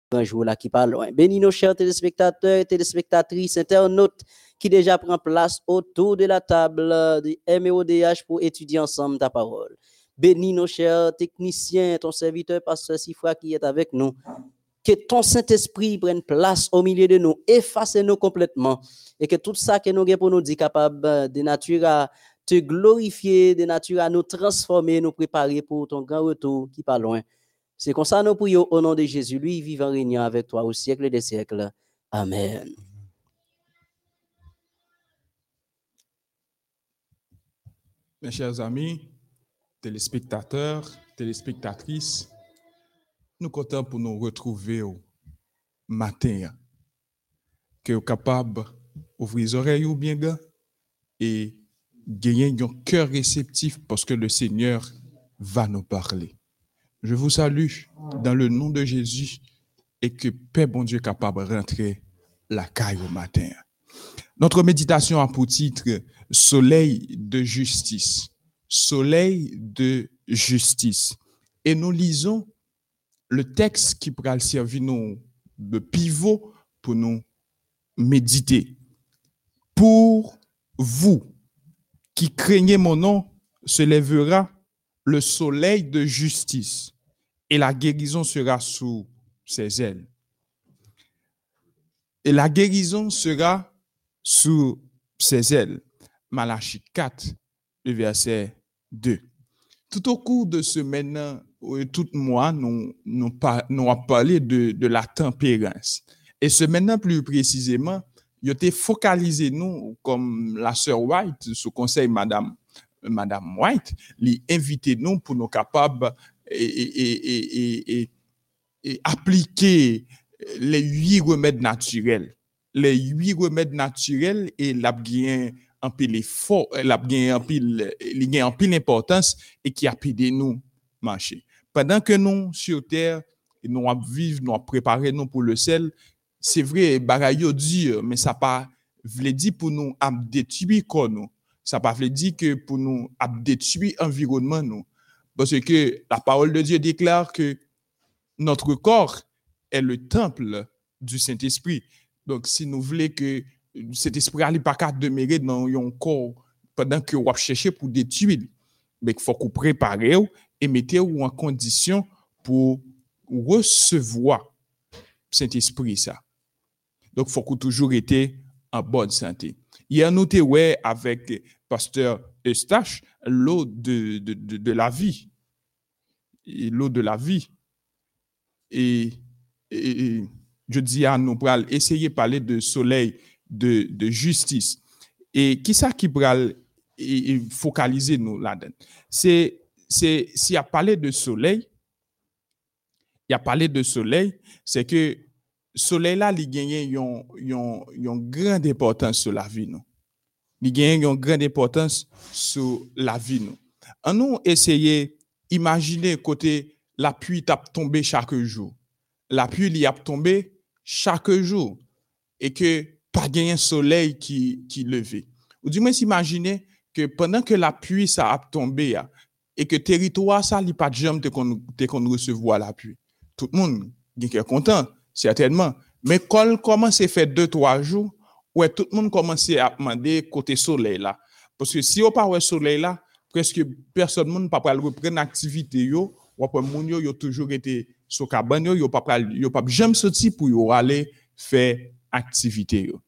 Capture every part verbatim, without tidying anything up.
un jour là qui parle loin. Bénis nos chers téléspectateurs et téléspectatrices, internautes qui déjà prennent place autour de la table de M E O D H pour étudier ensemble ta parole. Bénis nos chers techniciens, ton serviteur pasteur Sifra qui est avec nous. Que ton Saint-Esprit prenne place au milieu de nous, efface-nous complètement et que tout ça que nous avons pour nous dire capable de nature à te glorifier, de nature à nous transformer, nous préparer pour ton grand retour qui pas loin. C'est comme ça nous prions au nom de Jésus, lui vivant régnant avec toi au siècle des siècles. Amen. Mes chers amis, téléspectateurs, téléspectatrices, nous comptons pour nous retrouver au matin, que vous capable d'ouvrir les oreilles ou bien et gagner un cœur réceptif parce que le Seigneur va nous parler. Je vous salue dans le nom de Jésus et que Père bon Dieu est capable de rentrer la caille au matin. Notre méditation a pour titre Soleil de justice. Soleil de justice. Et nous lisons le texte qui pourra servir nous de pivot pour nous méditer. Pour vous qui craignez mon nom, se lèvera le soleil de justice et la guérison sera sous ses ailes. Et la guérison sera sous ses ailes. Malachie quatre, le verset deux. Tout au cours de ce maintenant, tout mois, nous, nous, nous avons parlé de, de la tempérance. Et ce maintenant, plus précisément, il était focalisé, nous, comme la sœur White, sous conseil Madame, Madame White, lui inviter nous pour nous capables et, et, et, et, et appliquer les huit remèdes naturels. Les huit remèdes naturels et la bien en pile effort, la bien en pile, il y a en pile importance et qui a aidé nous marcher. Pendant que nous sur terre, nous vivons, nous préparer nous pour le ciel, c'est vrai, bagaille dur, mais ça pas veut dire pour nous à détruire quoi nous. Ça pas veut dire que pour nous à détruire environnement nous. Parce que la parole de Dieu déclare que notre corps est le temple du Saint-Esprit. Donc, si nous voulons que cet esprit n'aille pas qu'à demeurer dans un corps pendant que vous cherchez pour détruire, mais il faut que vous préparez et mettez-vous en condition pour recevoir Saint-Esprit ça. Donc, il faut que vous toujours été en bonne santé. Hier, nous étions ouais, avec pasteur Eustache, l'eau de, de, de, de la vie. Et l'eau de la vie. Et, et, et je dis à nous, pour essayer de parler de soleil de, de justice. Et qui ça qui pourra focaliser nous là-dedans? C'est, c'est, s'il y a parlé de soleil, il y a parlé de soleil, c'est que soleil là, il gagne une, une, une grande importance sur la vie nous. Il gagne une grande importance sur la vie nous. En nous essayer imaginer côté la pluie tape tomber chaque jour. La pluie il y a tombé chaque jour et que pas gagne un soleil qui qui levé. Ou du moins s'imaginer que pendant que la pluie ça a tombé et que territoire ça li pas de jambe te qu'on te qu'on recevoir la pluie. Tout le monde est content certainement, mais quand commence à faire deux trois jours ouais tout le monde commence à demander côté soleil là parce que si on pas ouais soleil là presque personne monde pas pas reprendre activité yo ou après moun yo yo toujours été sur cabane yo yo pas yo pas jamais sorti pour yo aller faire activité yo.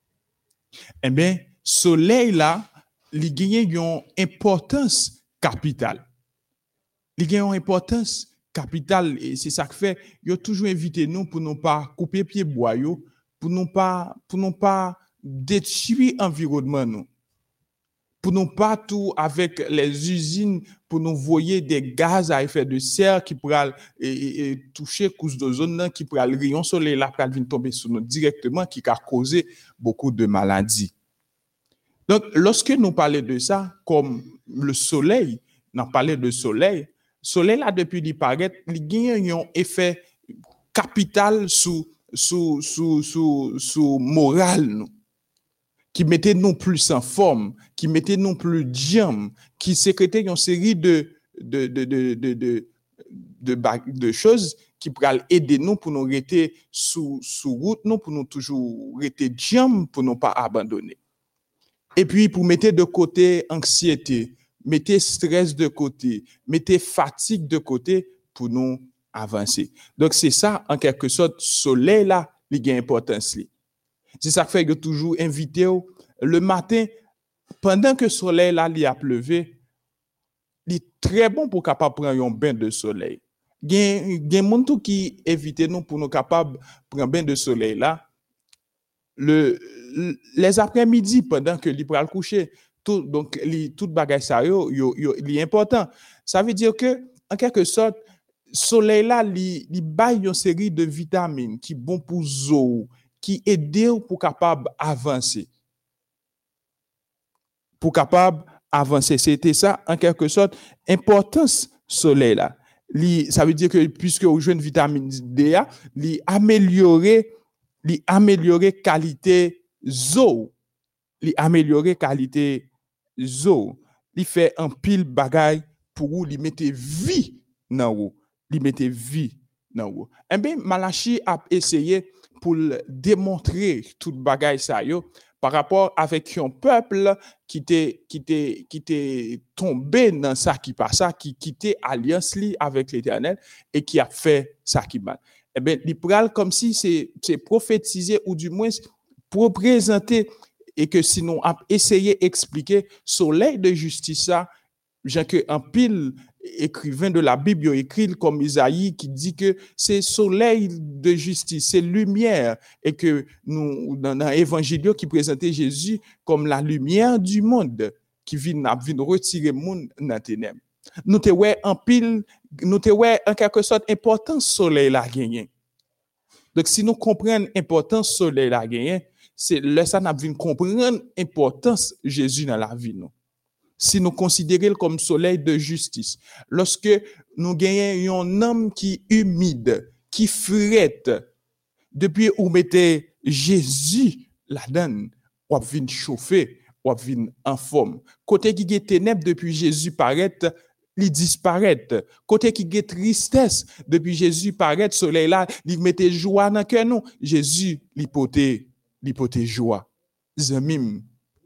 Eh bien soleil là il gagne une importance capitale. Il gagne une importance capitale et c'est ça que fait yo toujours invité nous pour nous pas couper pied bois yo, pour nous pas pour nous pas détruire environnement nous. Pour nous pas tout avec les usines, pour nous voyer des gaz à effet de serre qui pourraient et, et toucher couche d'ozone, qui pourraient le rayon soleil là, pour venir tomber sur nous directement, qui a causé beaucoup de maladies. Donc, lorsque nous parlons de ça, comme le soleil, nous parlons de soleil, soleil là, depuis qu'il paraît, il gagne un effet capital sur, sur, sur, sur, sur moral, nous. Qui mettait nous plus en forme, qui mettait nous plus diam, qui sécrétait une série de de de de de de, de, de choses qui pral aider nous pour nous rester sous sous route nous pour nous toujours rester jam pour nous pas abandonner. Et puis pour mettre de côté anxiété, mettez stress de côté, mettez fatigue de côté pour nous avancer. Donc c'est ça en quelque sorte soleil là, il a importance li. C'est ça qui fait que toujours invité le matin pendant que le soleil là il a pleuvé, il est très bon pour capable prendre un bain de soleil. Gen gen moun tout qui évite nous pour nous capable prendre un bain de soleil là. Le, les après-midi pendant que l'il pral coucher tout donc li toute bagage ça yo yo yo li important, ça veut dire que en quelque sorte soleil là li li bail une série de vitamines qui bon pour zo qui aide pour capable avancer pour capable avancer. C'était ça en quelque sorte importance soleil là li, ça veut dire que puisque vous jouez une vitamine D a li améliorer li améliorer qualité zo, li améliorer qualité zo, li fait un pile bagaille pour ou li mette vie dans ou, li mette vie dans ou. Eh bien Malachi a essayé pour démontrer tout bagaille ça yo par rapport avec un peuple qui était qui était qui était tombé dans ça qui passe ça qui quittait alliance li avec l'Éternel et qui a fait ça qui mal. Eh bien, il pral comme si c'est, c'est prophétisé ou du moins pour présenter et que sinon a essayé d'expliquer soleil de justice ça, j'ai que un pile écrivain de la Bible écrit comme Isaïe qui dit que c'est soleil de justice, c'est lumière et que nous dans l'évangile qui présentait Jésus comme la lumière du monde qui vient vient retirer monde dans ténèbres. Nous te ouais en pile nous te ouais en quelque sorte importance soleil la gagné. Donc si nous comprenons importance soleil la gagné, c'est là ça n'a vinn comprendre importance Jésus dans la vie nous. Si nous considérons comme soleil de justice, lorsque nous gagnons un homme qui humide, qui frette, depuis où mettez Jésus la donne, ou vinn chauffer, ou vinn en forme. Côté qui est ténèbres depuis Jésus paraît il disparaît. Côté qui est tristesse, depuis Jésus paraît, soleil là, il mettait joie dans cœur nous. Jésus, il portait, il portait joie. Zamim,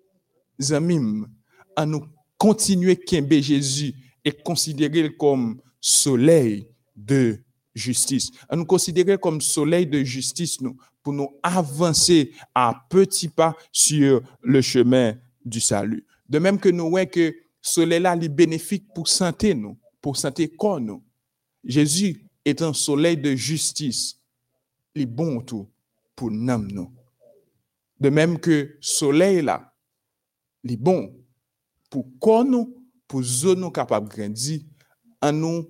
zamim, à nous continuer qu'aimer Jésus et considérer comme soleil de justice. À nous considérer comme soleil de justice nous, pour nous avancer à petits pas sur le chemin du salut. De même que nous voyons que soleil là est bénéfique pour santé nous, pour santé corps nous. Jésus est un soleil de justice, il est bon tout pour nous nous. De même que soleil là, il est bon pour corps nous, pour zone nous capable grandir, en nous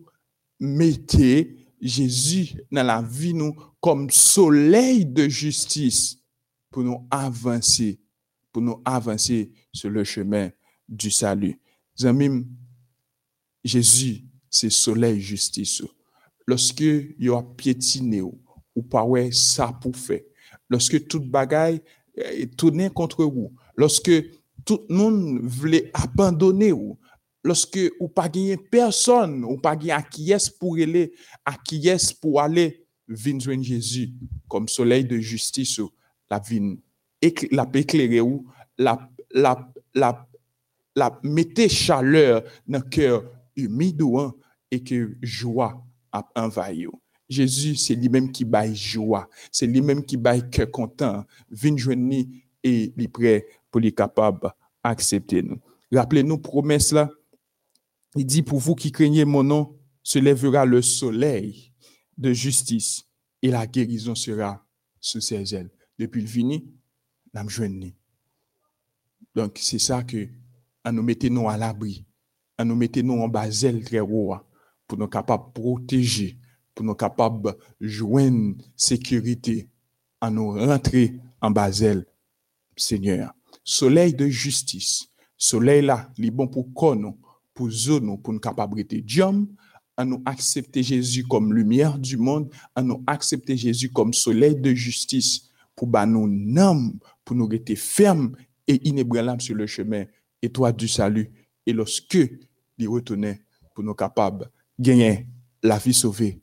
mettez Jésus dans la vie nous comme soleil de justice pour nous avancer, pour nous avancer sur le chemin du salut. Zamim, Jésus, c'est soleil justice. Lorsque il a piétiné ou, ou pas ouais ça pour faire. Lorsque toute bagaille est tournée contre vous. Lorsque tout le monde voulait abandonner ou. Lorsque ou pas gagner personne, ou pas gagner acquiesce pour aller, acquiesce pour aller vinn joindre Jésus comme soleil de justice ou la vinn la éclairer ou la la la la mettez chaleur dans le cœur humide et que joie a envahi. Jésus, c'est lui-même qui baille joie, c'est lui-même qui baille cœur content, vient joindre et il est prêt pour les capable accepter nous. Rappelez-nous promesse là. Il dit pour vous qui craignez mon nom, se lèvera le soleil de justice et la guérison sera sous ses ailes. Depuis le fini, n'a joindre. Donc c'est ça que à nous mettre nous à l'abri, à nous mettre nous en basel très haut pour nous capables protéger, pour nous capables joindre sécurité, à nous rentrer en basel, Seigneur. Soleil de justice, soleil là, il est bon pour nous, pour nous, pour nous capables de diam, à nous accepter Jésus comme lumière du monde, à nous accepter Jésus comme soleil de justice, pour bah nous nam, pour nous rester fermes et inébranlables sur le chemin étoile du salut. Et lorsque il retournait pour nous capables de gagner la vie sauvée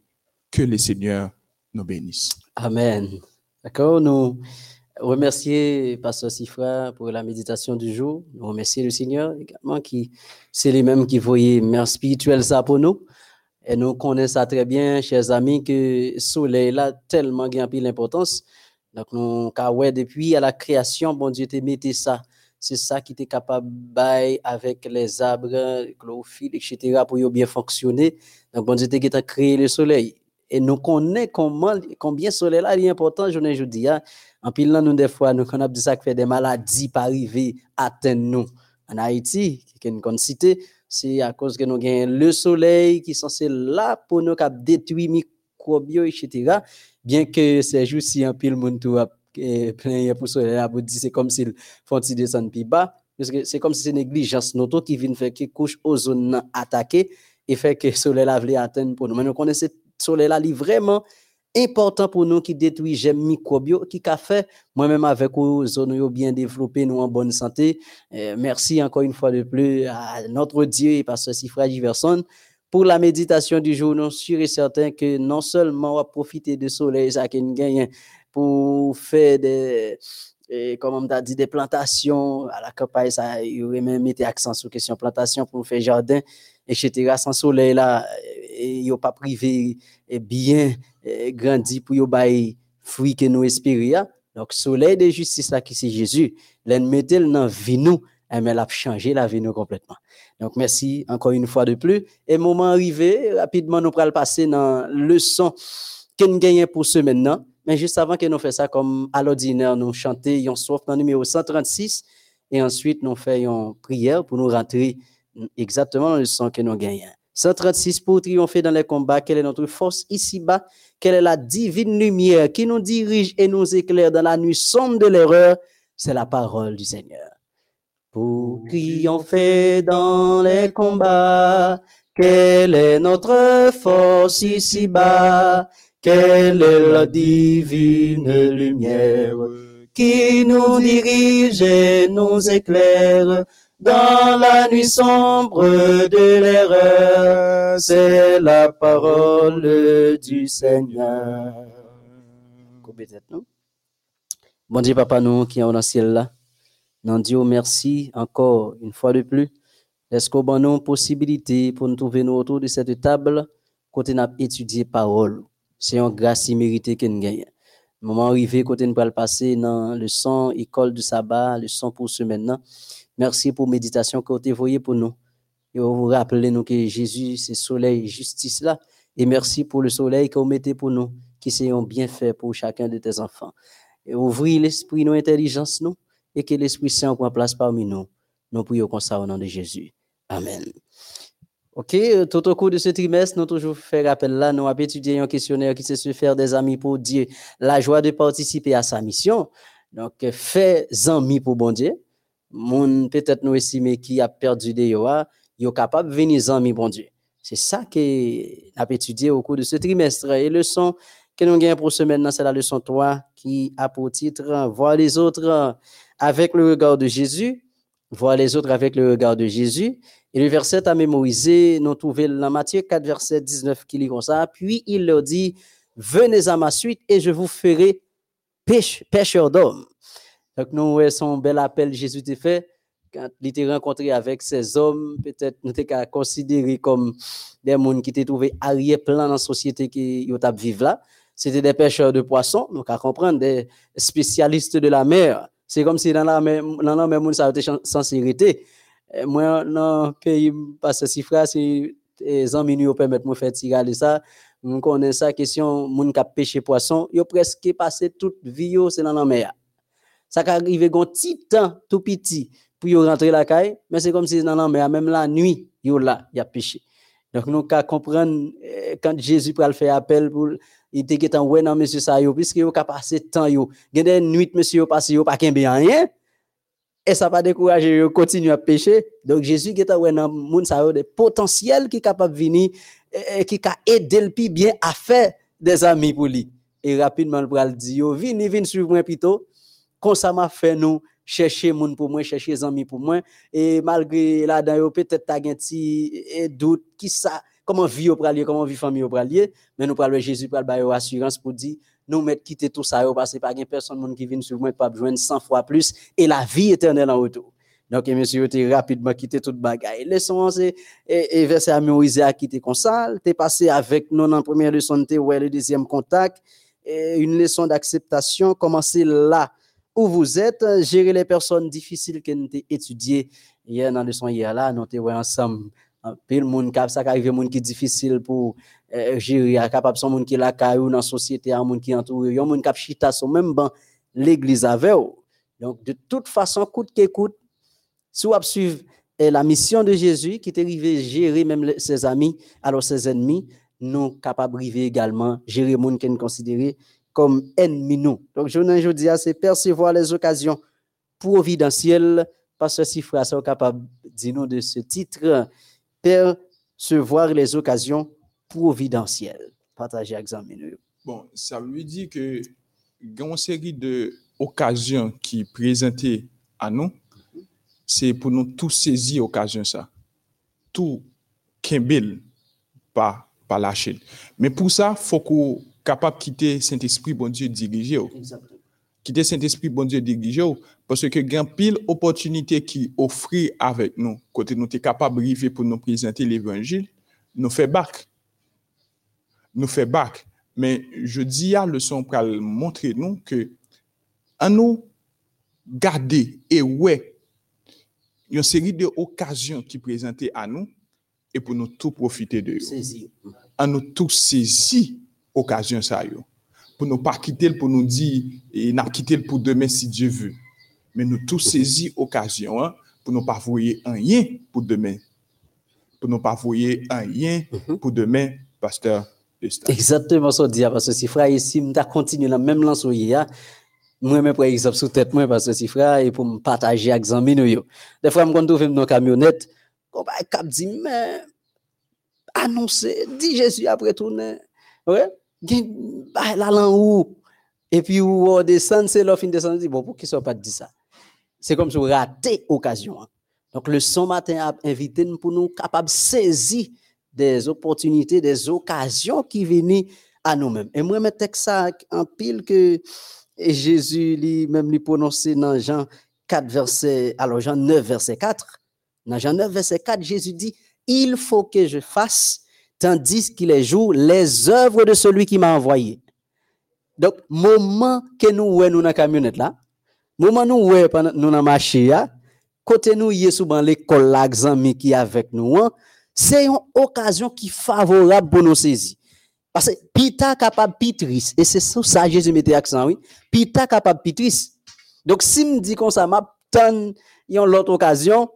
Que le Seigneur nous bénisse. Amen. D'accord, nous remercier Pasteur Sifra pour la méditation du jour. Nous remercier le Seigneur également qui, c'est lui-même qui voyait mère spirituelle ça pour nous. Et nous connaissons ça très bien, chers amis, que le soleil là tellement gagne l'importance. Donc, nous, car ouais, depuis à la création, bon Dieu t'a mis ça. C'est ça qui était capable de avec les arbres, chlorophylle, et cetera pour bien fonctionner. Donc, bon Dieu t'a créé le soleil. Et nous connaissons comment, combien le soleil là est important, je ne dis pas. En pile, là, nous, des fois, nous connaissons ça qui fait des maladies par arriver atteindre nous. En Haïti, qui est une cité, c'est à cause que nous avons le soleil qui est censé là pour nous détruire les microbes, et cetera. Bien que c'est juste si un pile monde tout plein pour soleil là pour dire c'est comme s'il font descendre plus bas, parce que c'est comme si c'est négligence notre qui vient faire que couche ozone attaquer et fait que le soleil là veut atteindre pour nous. Mais nous connaissons ce soleil là vraiment important pour nous qui détruit les microbes qui a fait moi-même avec aux zones bien développées nous en bonne santé. Euh, merci encore une fois de plus à notre Dieu et Pasteur Sifra Giverson pour la méditation du jour. Nous sûr et certain que non seulement on va profiter du soleil ça qu'on gagne pour faire des et comme on t'a dit des plantations à la campagne, ça il aurait même mis accent sur question plantation pour faire jardin et cetera. Sans soleil là il y a pas privé et bien eh, grandi pour y bailler fruit que nous espérions. Donc soleil de justice là qui c'est Jésus, l'en mettait dans vie nous, mais l'a changé la vie nous complètement. Donc merci encore une fois de plus et moment arrivé rapidement nous pral passer dans leçon qu'on gagne pour ce maintenant. Mais juste avant que nous fassions ça comme à l'ordinaire, nous chanter un soif dans le numéro cent trente-six et ensuite nous faisons une prière pour nous rentrer exactement dans le son que nous gagnons. cent trente-six pour triompher dans les combats, quelle est notre force ici-bas, quelle est la divine lumière qui nous dirige et nous éclaire dans la nuit sombre de l'erreur, c'est la parole du Seigneur. Pour triompher dans les combats, quelle est notre force ici-bas, quelle est la divine lumière qui nous dirige et nous éclaire dans la nuit sombre de l'erreur, c'est la parole du Seigneur. Bon Dieu, Papa, nous qui sommes dans le ciel là, nous disons merci encore une fois de plus. Est-ce qu'on a une possibilité pour nous trouver nous autour de cette table, côté nous étudier parole? C'est une grâce imméritée que nous gagnons. Moment arrivé, côté nous le passer dans le son, école du sabbat, le son pour ce maintenant. Merci pour la méditation que vous avez pour nous. Et vous rappelez nous que Jésus, c'est soleil justice là. Et merci pour le soleil que vous mettez pour nous, qui c'est un bienfait pour chacun de tes enfants. Et ouvrir l'esprit, nos intelligence, nous, et que l'Esprit Saint prenne place parmi nous. Nous prions comme ça au nom de Jésus. Amen. OK, tout au cours de ce trimestre, nous toujours fait rappel là, nous avons étudié un questionnaire qui c'est se faire des amis pour Dieu, la joie de participer à sa mission. Donc, fait amis pour bon Dieu. Moun peut-être nous estimer qui a perdu des yoa, yo capable venir amis bon Dieu. C'est ça que n'a étudié au cours de ce trimestre et leçon que nous gagnons pour ce maintenant, c'est la leçon trois qui a pour titre voir les autres avec le regard de Jésus, voir les autres avec le regard de Jésus. Et le verset à mémoriser, nous trouvons dans Matthieu quatre, verset dix-neuf qui lit comme ça. Puis il leur dit, venez à ma suite et je vous ferai pêche, pêcheurs d'hommes. Donc nous, c'est un bel appel Jésus t'a fait quand il était rencontré avec ces hommes, peut-être nous t'es considéré comme des gens qui t'ont trouvé arrière-plan dans la société qui y a vivre là. C'était des pêcheurs de poissons, donc à comprendre des spécialistes de la mer. C'est comme si dans la mer, dans la mer, ça a été sincérité. Moi, dans le pays, parce que si frère, c'est les amis nous permettent de faire tirer ça. On connaît ça, question, moun qui pêcher poisson, ils ont presque passé toute vie, c'est dans la mer. Ça arrive un petit temps, tout petit, pour yo rentrer la caille, mais c'est comme si dans la mer, même la nuit, yo là, y a pêché. Donc, nous, qu'à comprendre, quand Jésus peut le faire appel pour, il te get en ouais, non, monsieur, ça, yo, puisque yo, qu'à passer temps, yo, gen des nuits, monsieur, yo, passe, yo, pas qu'un bien rien, et ça va décourager, yo, continue à pêcher. Donc, Jésus, get en ouais, non, moun, ça, yo, des potentiels qui capable de venir, et qui ka aider le plus bien à faire des amis pour lui. Et rapidement, le bral dit, yo, vini, vini, suivre moi, plutôt, comme ça m'a fait nous, chercher moun pour moi, chercher amis pour moi, et malgré là, dans yo, peut-être, t'as un petit doute, qui ça, comment vie au pralier, comment vie famille au pralier, mais nous parlons Jésus pour le assurance pour dire nous mettre quitter tout ça parce que pas personne monde qui vient sur moi pas besoin cent fois plus et la vie éternelle en retour. Donc, monsieur, tu rapidement quitté toute bagaille. Leçon, c'est, et, et verset à Moïse a quitté comme ça. Tu es passé avec nous dans la première leçon, tu ouais, le deuxième contact. Et une leçon d'acceptation. Commencez là où vous êtes. Gérer les personnes difficiles que nous avons étudiées hier dans la leçon hier là. Nous avons ensemble. Puis le monde qui ça arrive, monde qui est difficile pour euh, gérer, capable son monde qui est là, dans la société, un monde qui entoure, un monde qui a chita sur même banc l'église avec. Donc, de toute façon, coûte que coûte, si vous suivez la mission de Jésus, qui est arrivé à gérer même ses amis, alors ses ennemis, nous sommes capables d'arriver également gérer les gens qui nous considèrent comme ennemis. Nous. Donc, je vous dis, c'est percevoir les occasions providentielles, parce que si frère sont capables de dire de ce titre, percevoir les occasions providentielles. Partagez l'examen. Bon, ça veut dire que il y a une série d'occasions qui sont présentées à nous. C'est pour nous tous saisir l'occasion ça. Tout kembel pas pas lâcher. Mais pour ça, faut qu'on capable quitter Saint-Esprit bon Dieu diriger. Quitter Saint-Esprit bon Dieu diriger parce que grand pile opportunité qui offre avec nous côté nous t'es capable arriver pour nous présenter l'évangile, nous fait back. Nous fait back. Mais je dis à leçon pour montrer nous que en nous garder et ouais il y a une série d'occasions qui présentées à nous et pour nous tout profiter de eux. À nous tous saisir occasion ça yo. Pour nous pas quitter pour nous dire et n'a quitter pour demain si Dieu veut. Mais nous tous saisir occasion hein, pour nous pas voyer rien pour demain. Pour nous pas voyer rien pour demain pasteur Eustache. Exactement ça dit parce que si frère ici m'ta continuer la même lance hier. Moi même par exemple sous tête moi parce que si frère et pour me partager avec amis nous yo. Des fois me quand trouve dans camionnette, on va cap dit mais annoncer dit Jésus après tourner. Ouais, bah là là où et puis où descend c'est l'offre descend dit bon pour qui ça pas dit ça. C'est comme si on raté occasion. Donc le son matin a invité nous pour nous capable saisir des opportunités, des occasions qui viennent à nous-mêmes. Et moi, je mets ça en pile que Jésus lui-même lui prononcé dans Jean quatre, verset, alors Jean neuf, verset quatre. Dans Jean neuf, verset quatre, Jésus dit, il faut que je fasse, tandis qu'il est jour, les œuvres de celui qui m'a envoyé. Donc, moment que nous ouais nous dans la camionnette là, moment nous ouais pendant nous dans marché là, côté nous y est souvent l'école là, amis qui avec nous, hein, c'est une occasion qui est favorable pour nous saisir. Parce que pita capable pitris et c'est sur ça Jésus mettait accent oui. Pita capable pitris. Donc si me dit comme ça m'a tant yon l'autre occasion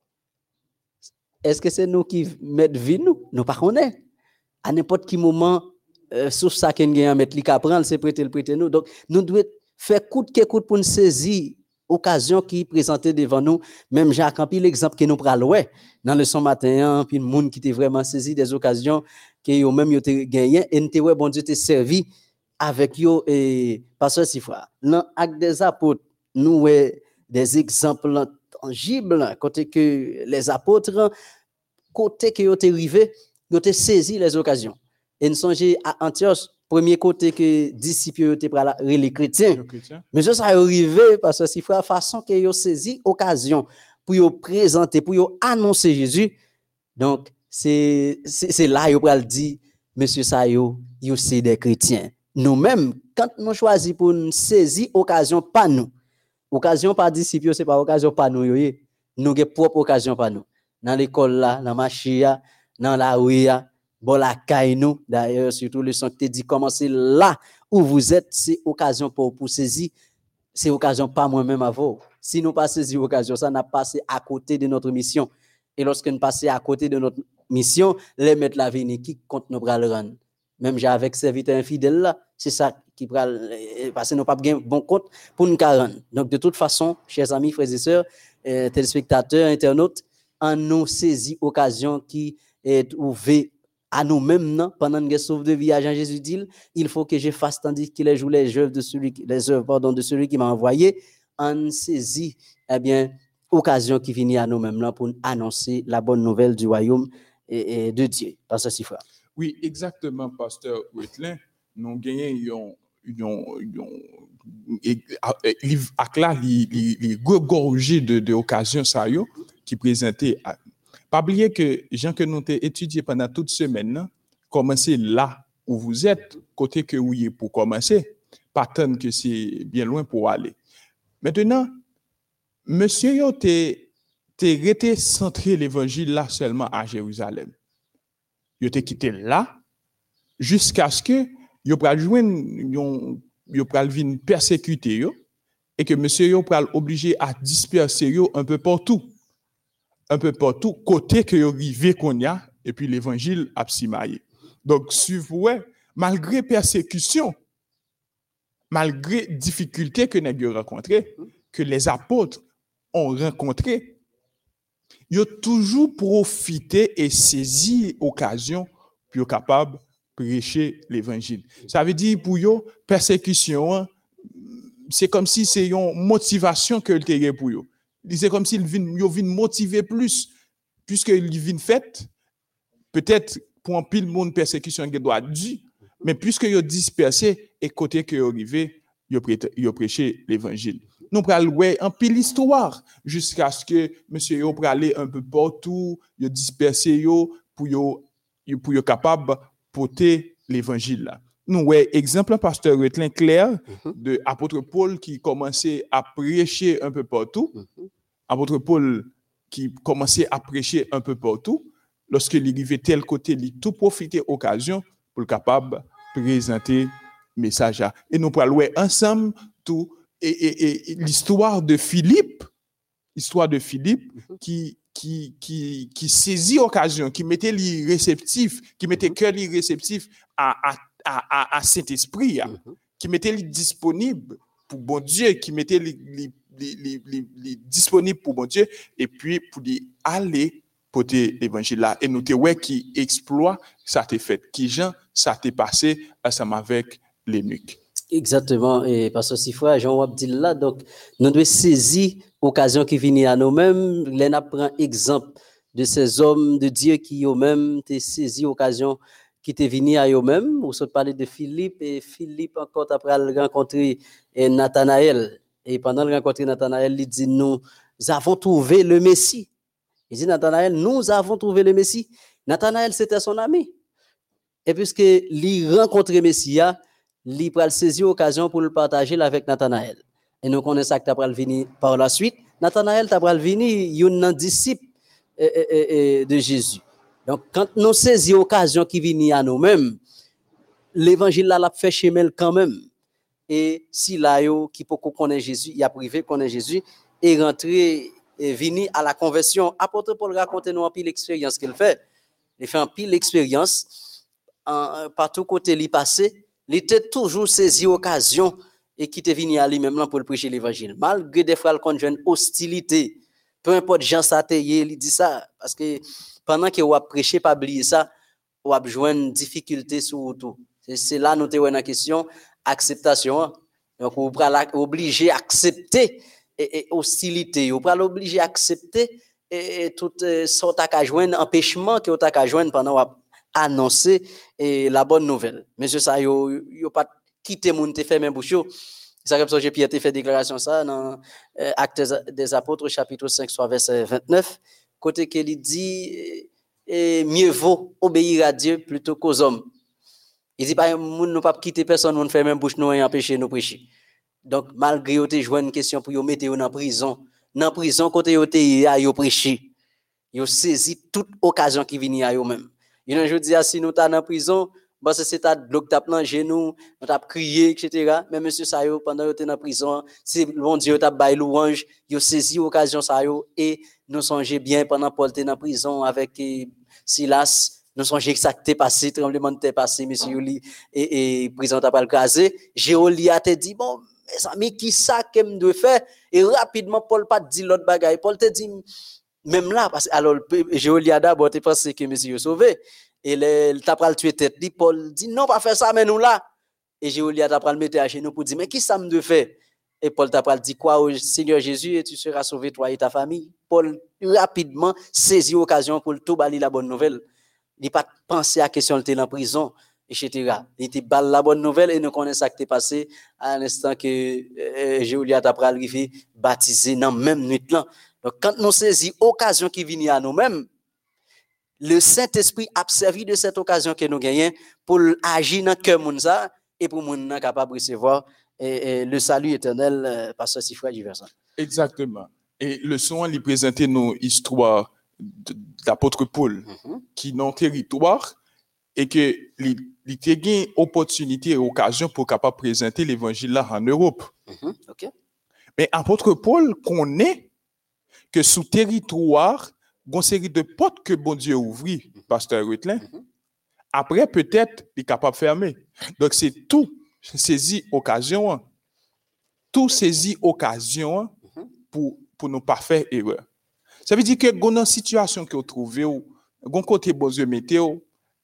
est-ce que c'est nous qui mettre vie nous nous pas connaît. À n'importe quel moment euh, sur ça qu'en gagne mettre li ka prendre c'est prêter le prêter nous. Donc nous devons faire coûte que coûte pour nous saisir occasion qui présentait devant nous même Jacques en pile l'exemple que nous pral ouais dans le son matin puis le monde qui était vraiment saisi des occasions que yo même yo te gagné et n'te ouais bon Dieu te servi avec yo et pasteur Sifra dans acte des apôtres nous ouais des exemples tangibles côté que les apôtres côté que yo te arrivé yo te saisi les occasions et nous songez à Antioche premier côté que disciples étaient pour les chrétiens. Mais ça arrivé parce que si frère façon que yo saisi occasion pour yo présenter pour yo annoncer Jésus. Donc c'est c'est, c'est là yo pral dit monsieur ça yo yo c'est des chrétiens. Nous-mêmes quand nous choisi pour nous saisir occasion pas nous. Occasion pas disciples c'est pas occasion pas nous yo. Nous avons propre occasion pas nous. Dans l'école là, dans machia, dans la rue bon la caille nous d'ailleurs surtout le son qui dit commencez là où vous êtes c'est occasion pour pour saisir c'est occasion pas moi-même à vous si nous pas saisir occasion ça n'a passé à côté de notre mission et lorsque nous passer à côté de notre mission les mettre la venir qui compte nous bras le rendre même j'ai avec serviteur infidèle là c'est ça qui pral parce que nous pas gain bon compte pour nous rendre. Donc de toute façon chers amis frères et sœurs euh, téléspectateurs internautes en nous saisir occasion qui est ouverte à nous-mêmes non pendant que sauve de vie à Jean Jésus dit il faut que je fasse tandis qu'il est joue les œuvres de celui les œuvres pardon de celui qui m'a envoyé en saisit eh bien occasion qui finit à nous-mêmes là pour annoncer la bonne nouvelle du royaume et, et de Dieu. Pasteur Sifra. Oui, exactement, Pasteur Wetlin. Nous gagnons avec là les gorgées de d'occasion ça yo qui présentait. Pas oublier que gens que nous avons étudié pendant toute semaine, commencez là où vous êtes, côté que vous y pour commencer, pas tant que c'est bien loin pour aller. Maintenant, monsieur yo t'es t'es resté centré l'évangile là seulement à Jérusalem. Yo t'es quitté là jusqu'à ce que yo pral joindre yo pral vinn persécuter yo et que monsieur yo pral obligé à disperser yo un peu partout. Un peu partout côté que yo rivé qu'on y a et puis l'évangile a simaillé. Donc suivre malgré persécution, malgré difficultés que nous avons rencontrées, que les apôtres ont rencontrées, ils ont toujours profité et saisi l'occasion pour être capable de prêcher l'évangile. Ça veut dire pour eux, persécution, c'est comme si c'est une motivation que le terrain pour eux. C'est comme s'ils viennent motiver plus, puisqu'ils viennent fait, peut-être pour un pile monde persécution qui doit dire, mais puisque ils ont dispersé et côté que ils arrivé, ils ont prêché l'évangile. Nous prenons un pile histoire jusqu'à ce que monsieur yo aller un peu partout, ils dispersé yo pour yo pour yo capable porter l'évangile là. Nous ouais exemple pasteur Wetlin clair mm-hmm. de apôtre Paul qui commençait à prêcher un peu partout. Mm-hmm. Apôtre Paul qui commençait à prêcher un peu partout. Lorsqu'il arrivait tel côté, il tout profiter occasion pour le capable présenter message. Et nous pourrons louer ensemble tout et, et, et l'histoire de Philippe, histoire de Philippe qui qui qui qui saisit occasion, qui mettait les réceptifs, qui mettait cœur les réceptifs à à à à Saint-Esprit, qui mettait les disponibles pour bon Dieu, qui mettait les les les les, les disponibles pour bon Dieu et puis pour les aller porter l'évangile là et nous te ouais qui exploit ça t'est fait qui Jean ça t'est passé ensemble avec l'eunuque. Exactement, et parce que si frère Jean Wab dit là, donc nous devons saisir l'occasion qui vient à nous-mêmes, l'on prend exemple de ces hommes de Dieu qui eux-mêmes ont saisi l'occasion qui est venu à eux-mêmes. Vous avez parlé de Philippe, et Philippe encore après rencontrer Nathanaël, et pendant le rencontrer Nathanaël, il dit nous avons trouvé le Messie. Il dit Nathanaël, nous avons trouvé le Messie. Nathanaël c'était son ami, et puisque il rencontre le Messie, il pral saisir l'occasion pour le partager avec Nathanaël. Et nous connaissons ça que tu pral venir par la suite. Nathanaël tu pral venir un disciple de Jésus. Donc quand nous saisissons l'occasion qui vient à nous-mêmes, l'évangile là l'a fait chemin quand même. Et si là yo qui peut connaître Jésus, il a privé connaître Jésus et rentrer et venir à la conversion. Apôtre Paul raconte nous un pile l'expérience qu'il fait. Il fait un pile l'expérience partout côté il passé. Il était toujours saisi occasion et qui était venu à lui-même pour le prêcher l'évangile. Malgré des fois qu'on joue hostilité, peu importe Jean Sateye, il dit ça parce que pendant que vous prêchez pas oublier ça, vous avez joindre difficulté sur tout. C'est là nous te dans la question acceptation. Donc vous pral obligé accepter et, et hostilité, vous pral obligé accepter et, et toute sorte à joindre empêchement que vous t'a joindre pendant annoncer et la bonne nouvelle. Monsieur ça yo yo pas quitter moun te fait même bouche. Ça comme ça j'ai Pierre te fait déclaration ça dans euh, Actes des Apôtres chapitre cinq soit verset vingt-neuf côté qu'il dit et mieux vaut obéir à Dieu plutôt qu'aux hommes. Il dit pas moun nous pas quitter personne moun fait même bouche nous et empêcher nous prêcher. Donc malgré yo te joindre une question pour yo mettre yo dans prison, dans prison côté yo te yo prêcher. Yo saisi toute occasion qui vient à eux même. Il y a un jour dit si nous t'as dans prison, parce que c'est ta bloc t'a plongé nous, on t'a crié et cetera. Mais monsieur ça yo pendant yo t'es dans prison, c'est bon Dieu t'a bail louange, yo saisi occasion ça yo et nous songez bien pendant Paul était dans prison avec eh, Silas, nous songez que ça t'est passé, tremblement de terre passé monsieur li et et prison t'a pas le casé. Géolia t'a dit bon mes amis qui ça que me doit faire et rapidement Paul pas dit l'autre bagaille. Paul te dit même là parce alors Géolia d'abord tu penses que monsieur sauvé et le t'a pral tuer tête dit Paul dit non pas faire ça mais nous là et Géolia t'a pral mettre à genoux pour dire mais qui ça me doit faire et Paul t'a pral dit quoi au Seigneur Jésus et tu seras sauvé toi et ta famille. Paul rapidement saisit l'occasion pour tout bali la bonne nouvelle il pas penser à question de en prison, et cetera. Il était balle la bonne nouvelle et nous connaissons ça qui est passé à l'instant que euh, Goliath a arrivé baptisé dans même nuit là. Donc quand nous saisissons occasion qui vient à nous-mêmes, le Saint-Esprit a servi de cette occasion que nous gagnons pour agir dans le cœur de ça et pour nous capable de recevoir et, et le salut éternel euh, par ce frère Diverson. Exactement. Et le son, il présentait nos histoires d'apôtre Paul Mm-hmm. qui dans le territoire et que il a eu opportunité et occasion pour capable présenter l'évangile là en Europe. Mm-hmm. Okay. Mais apôtre Paul connaît que sous territoire, il y a une série de portes que bon Dieu ouvrit, pasteur Rutlin. Mm-hmm. Après, peut-être, il est capable de fermer. Donc, c'est tout saisi occasion, tout saisi occasion Mm-hmm. pour, pour ne pas faire erreur. Ça veut dire que dans une situation que vous trouvez, dans côté bon Dieu météo,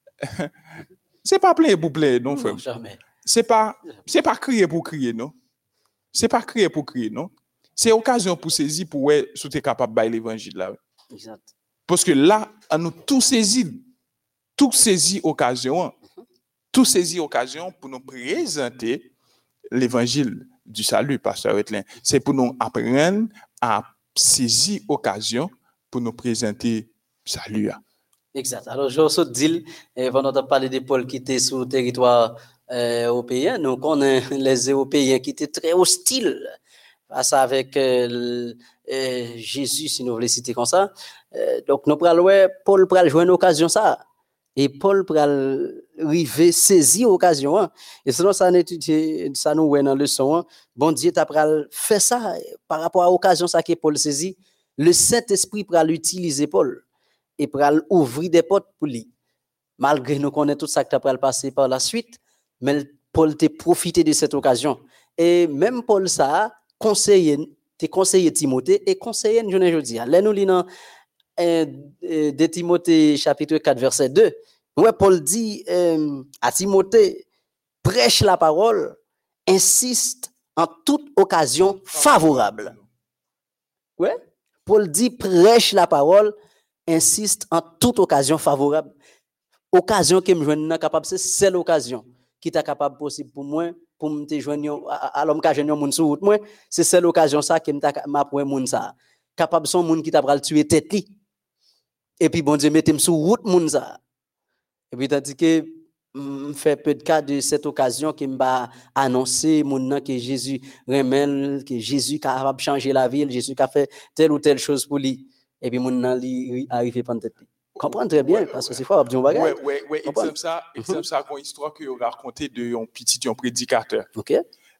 c'est pas plein pour plein, non, frère. Non, jamais. C'est pas, c'est pas crier pour crier, non. C'est pas crier pour crier, non. C'est occasion pour saisir pour ouais, si tu es capable de bailler l'évangile là. Exact. Parce que là, on nous tout saisi, tout saisi occasion, tout saisi occasion pour nous présenter l'évangile du salut, pasteur Wetlin. C'est pour nous apprendre à saisir occasion pour nous présenter salut. Exact. Alors, je aussi dire, pendant que tu parlé de Paul qui était sur le territoire euh, européen, nous connaissons les Européens qui étaient très hostiles face avec euh, euh, Jésus, si nous voulons citer comme ça. Euh, donc, nous prenons Paul pour jouer une occasion ça. Et Paul pour arriver saisir l'occasion. Hein. Et sinon, ça, ça nous voit dans le leçon. Hein. Bon Dieu, tu as fait ça par rapport à l'occasion ça que Paul saisit. Le Saint-Esprit pour l'utiliser, Paul. Et pour ouvrir des portes pour lui. Malgré nous connaissons tout ça qui a passé par la suite, mais Paul t'a profité de cette occasion. Et même Paul ça conseillé, t'a conseillé Timothée et conseillé je ne dis. Là nous lisons de Timothée chapitre quatre verset deux. Ouais, Paul dit euh, à Timothée, prêche la parole, insiste en toute occasion favorable. Ouais, Paul dit prêche la parole, insiste en toute occasion favorable. Occasion que me joindre capable c'est seule occasion qui est capable possible pour moi pour me te joindre alors que joindre moun sur route moi c'est seule occasion ça que m'a pour moun ça capable son moun qui t'a pral tuer tête li et puis bon Dieu mettez sur route moun ça et puis tandis que me fait peu de cas de cette occasion qui m'a annoncé moun que Jésus remet que Jésus capable changer la vie, Jésus a fait telle ou telle chose pour lui et puis moun nan li arrivé pendant tête. Comprendre très bien, ouais, parce que ouais. C'est fort, Abdion Bagay. Oui, oui, oui. Exemple ça, exemple ça, une histoire que vous racontez de un petit un prédicateur. OK.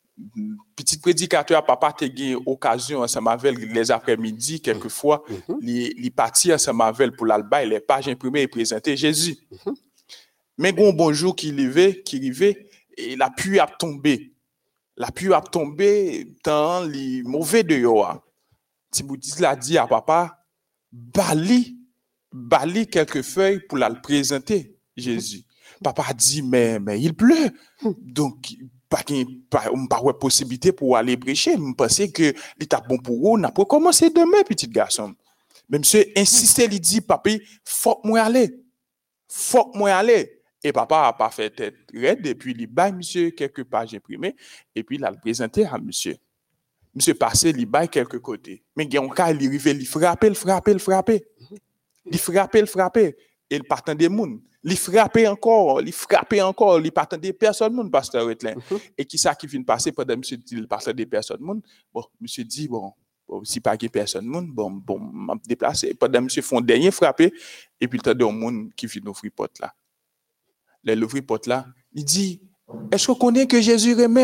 Petit prédicateur, papa te gagné occasion, ça m'avait les après-midi, quelquefois, mm-hmm. les, les parties, ça m'avait pour l'alba, les pages imprimées et présenter Jésus. Mm-hmm. Mais bon, bonjour qui levait, qui arrivait, et la pluie a tombé. La pluie a tombé dans les mauvais dehors. Timothée l'a dit à papa, bali, bali quelques feuilles pour la présenter, Jésus. Papa a dit, mais, mais il pleut. Donc, pas pas pas possibilité pour aller prêcher. Je pensais que l'état bon pour vous, n'a pas commencé demain, petit garçon. Mais monsieur insistait, il dit, papa, faut que moi aller. Faut que moi aller. Et papa a pas fait tête raide, et puis il baille monsieur quelques pages imprimées, et puis il a le présenté à monsieur. Monsieur passé, il baille quelques côtés. Mais il y a un cas, il arrivait, il frappait, il frappait, il frappait. Il frappait, il frappait. Et il partait des mouns. Il frappait encore, il frappait encore, il partait des personnes, moun, pasteur Wetlin. Mm-hmm. Et qui ça qui vient passer pendant monsieur dit, il partait des personnes, moun. Bon, monsieur dit, bon, bon si pas des personnes, moun, bon, bon, m'a déplacé. Pendant monsieur font dernier frappé, et puis il y a des moun qui vient ouvrir porte là. L'ouvrir porte là, il dit, est-ce qu'on connaît que Jésus remet?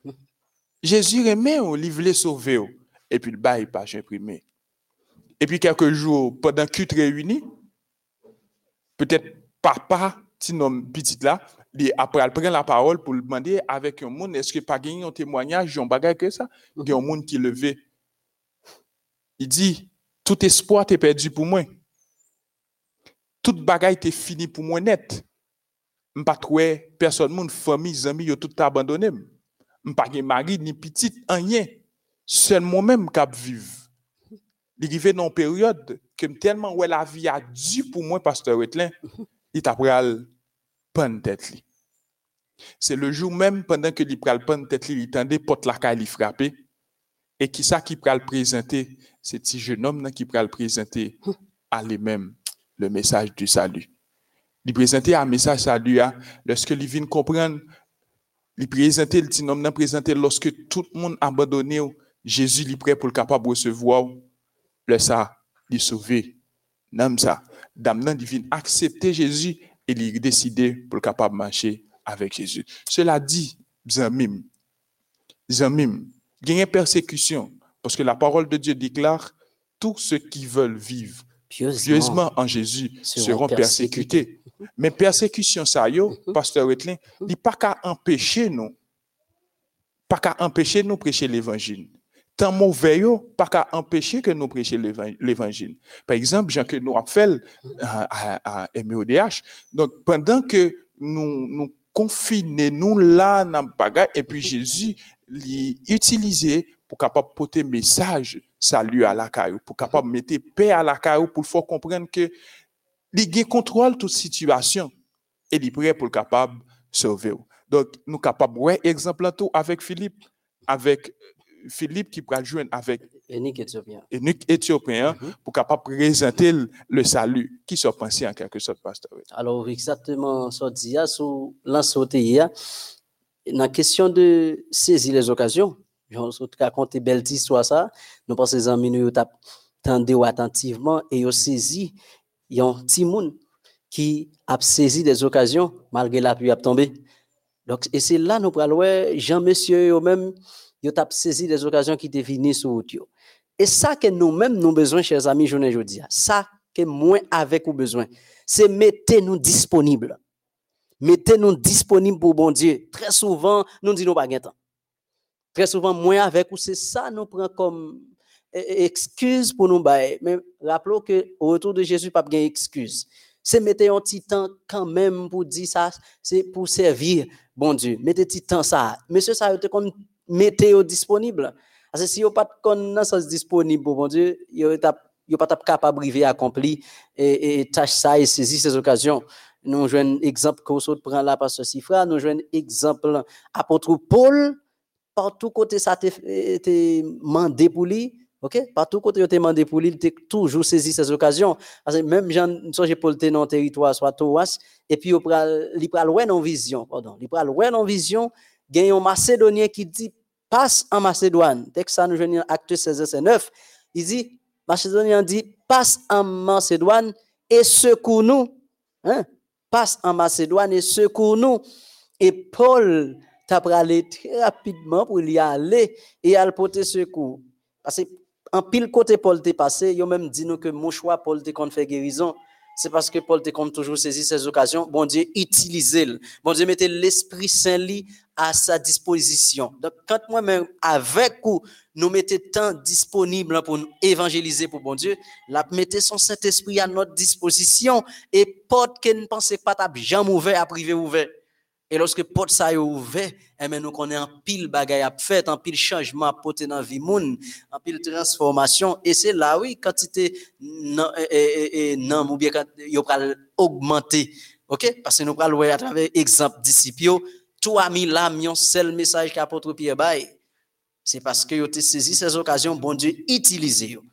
Jésus remet, il voulait sauver. Et puis le bail pas imprimé. Et puis quelques jours, pendant que tu réunis, peut-être papa, petit nom petit là, après elle prend la parole pour lui demander avec un monde, est-ce que pas gagné un témoignage, un bagage que ça? Il y a un monde qui levé. Il dit, tout espoir t'est perdu pour moi. Tout bagage t'est fini pour moi net. M'pas trouvé personne, mon famille, amis, yo tout abandonné. M'pas gen mari ni petite rien. Seul moi-même cap vivre. Il arrivé dans une période que tellement ouais la vie a dû pour moi pasteur Wetlin il t'a pral prendre tête li. C'est le jour même pendant que il pral prendre tête li, il tendait porte la caille li frapper et qui ça qui pral présenter, c'est petit jeune homme là qui pral présenter à lui-même le message du salut. Il présentait un message salut à lorsque il vient comprendre, il présentait le petit homme là présenté lorsque tout le monde abandonné, Jésus est prêt pour le capable de recevoir le ça, il sauver. Nam ça, dame nan divine accepter Jésus et il décider pour le capable marcher avec Jésus. Cela dit, zamim, zamim, il y a une persécution parce que la parole de Dieu déclare tous ceux qui veulent vivre pieusement, pieusement en Jésus seront, seront persécutés. persécutés. Mais persécution ça yo, mm-hmm. pasteur Wetlin, il mm-hmm. pas qu'à empêcher nous, pas qu'à empêcher nous prêcher l'évangile. Tant mauvais yo, pas qu'à empêcher que nous prêcher l'évangile. Par exemple, Jean que nous a fait à, à, à M O D H. Donc pendant que nous nous confinons nous là dans bagage et puis Jésus l'utilisait pour capable porter message salut à la caillou, pour capable mettre paix à la caillou, pour faire comprendre que il contrôle toute situation et il est prêt pour capable sauver. Donc nous capable ouais exemple tout avec Philippe, avec Philippe qui pourra joindre avec Eunuque éthiopien, Eunuque éthiopien mm-hmm. pour capable présenter le salut qui soit pensé en quelque sorte pasteur. Alors exactement ça dit sur l'ensauté dans la question de saisir les occasions. J'en ai raconté belle histoire ça. Nous pensons les amis nous tendez attentivement et yo saisi yon petit moun qui a saisi des occasions malgré la pluie a tombé. Donc et c'est là nous pral ouais Jean monsieur yo même yo t'a saisi des occasions qui étaient venues sur route. Et ça que nous-mêmes nous besoin chers amis journée jodi. Ça que moins avec ou besoin, c'est mettez nous disponibles. Mettez nous disponibles pour bon Dieu. Très souvent nous disons pas gain temps. Très souvent moins avec ou c'est ça nous prend comme excuse pour nous bailler. Mais rappelons que au retour de Jésus pas gain excuse. C'est mettre un petit temps quand même pour dire ça, c'est pour servir bon Dieu. Mettez petit temps ça. Monsieur ça était comme mettez disponible. Parce que si vous pas comme ça disponible pour bon Dieu, vous n'êtes pas capable d'arriver à accomplir et, et tâche ça et saisir ces occasions. Nous jouons un exemple que vous prend là par ce Sifra, nous jouons un exemple apôtre Paul, partout côté ça était mandé pour lui, OK? Partout côté était mandé pour lui, il était toujours saisi ces occasions. Parce que même Jean so j'ai Paul était dans territoire soit Toas et puis il pral il pral ouais en vision, pardon, il pral ouais en vision, gagne un Macédonien qui dit passe en Macédoine. Texte ça nous joignons acte seize verset neuf, il dit Macédonien dit passe en Macédoine et secours-nous. Hein? Passe en Macédoine et secours-nous. Et Paul t'a pralé très rapidement pour y aller et à porter secours. Parce que en pile côté Paul t'est passé, yo même dit nous que mon choix Paul t'est qu'on fait guérison. C'est parce que Paul t'est comme toujours saisi ces occasions. Bon Dieu utilisez-le. Bon Dieu mettez l'Esprit Saint li à sa disposition. Donc quand moi-même avec vous nous mettez temps disponible pour nous évangéliser pour bon Dieu, la mettez son Saint-Esprit à notre disposition et porte que ne pensez pas t'a jamais ouvert à privé ouvert. Et lorsque porte ça est ouvert, eh ben nous connaît en pile bagaille à fait, en pile changement à porter dans vie moun, en pile transformation et c'est là oui quantité non et non ou bien quand yo pral augmenter. OK? Parce que nous pral voir à travers exemple disciples, trois mille âmes un seul message qu'apôtre Pierre bail. C'est parce que yo te saisi ces occasions bon Dieu utiliser yo.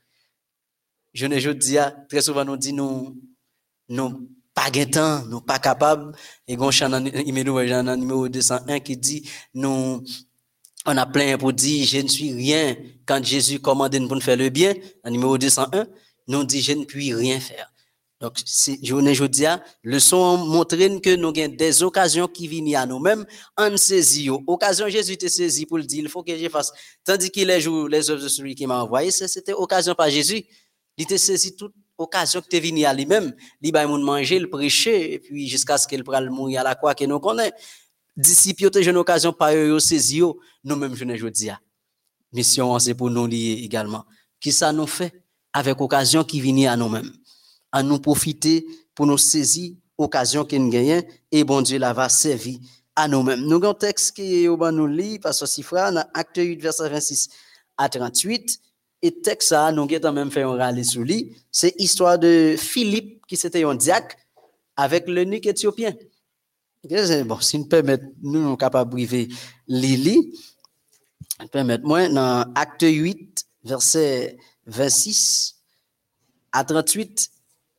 Je ne je dis très souvent nous dit nous nous pas gain temps, nous pas capable et gon chan numéro deux cent un qui dit nous on a plein pour dire je ne suis rien quand Jésus commande pour nous faire le bien, en numéro deux cent un, nous dit je ne puis rien faire. Donc c'est journée jodia, leçon montrer que nous avons des occasions qui viennent à nous-mêmes en saisi. Occasion Jésus te saisi pour le dire, il faut que je fasse tandis qu'il les jours les œuvres de celui qui m'a envoyé, c'était occasion par Jésus. Il te saisi toute occasion que tu es venu à lui-même, il va manger, le prêcher, et puis jusqu'à ce qu'il prenne mourir à la croix que nous connaissons. Disciples, tu as une occasion par eux, saisi, nous-mêmes, je ne dis pas. Mission, c'est pour nous lier également. Qui ça nous fait avec occasion qui vient à nous-mêmes? À nous profiter pour nous saisir occasion que nous gagnons, et bon Dieu la va servir à nous-mêmes. Nous avons un texte qui est au bas nous lit, parce que Sifra, dans Acte huit, verset vingt-six à trente-huit. Et texte ça, nous avons même fait un râle sur lui. C'est l'histoire de Philippe, qui c'était un diacre, avec l'eunuque éthiopien. Bon, si nous permettons, nous sommes capables de briver Lili, permettez-moi, dans Acte huit, verset vingt-six à trente-huit,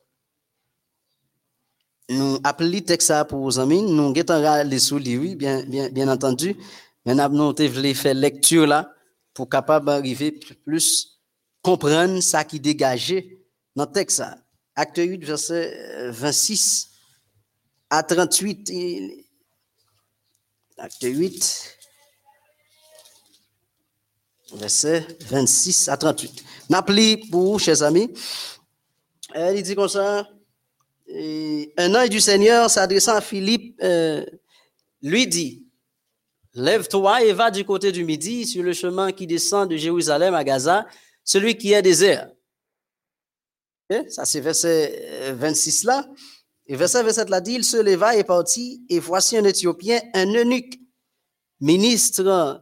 nous appelons le texte pour vos amis, nous avons les sous oui, bien, bien, bien entendu, mais nous avons fait lecture là pour capable d'arriver plus comprendre ça qui dégageait dans le texte. Acte huit, verset vingt-six à trente-huit. Acte huit, verset vingt-six à trente-huit. N'appelez pour vous, chers amis. Il dit comme ça. Et un ange du Seigneur s'adressant à Philippe euh, lui dit: lève-toi et va du côté du midi sur le chemin qui descend de Jérusalem à Gaza, celui qui est désert. Okay? Ça c'est verset vingt-six là. Et verset vingt-sept là dit: il se leva et partit, et voici un Éthiopien, un eunuque, ministre,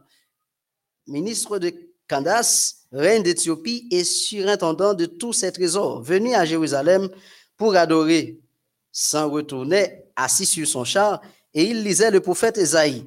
ministre de Candace, reine d'Éthiopie et surintendant de tous ses trésors, venu à Jérusalem pour adorer, s'en retournait assis sur son char, et il lisait le prophète Ésaïe.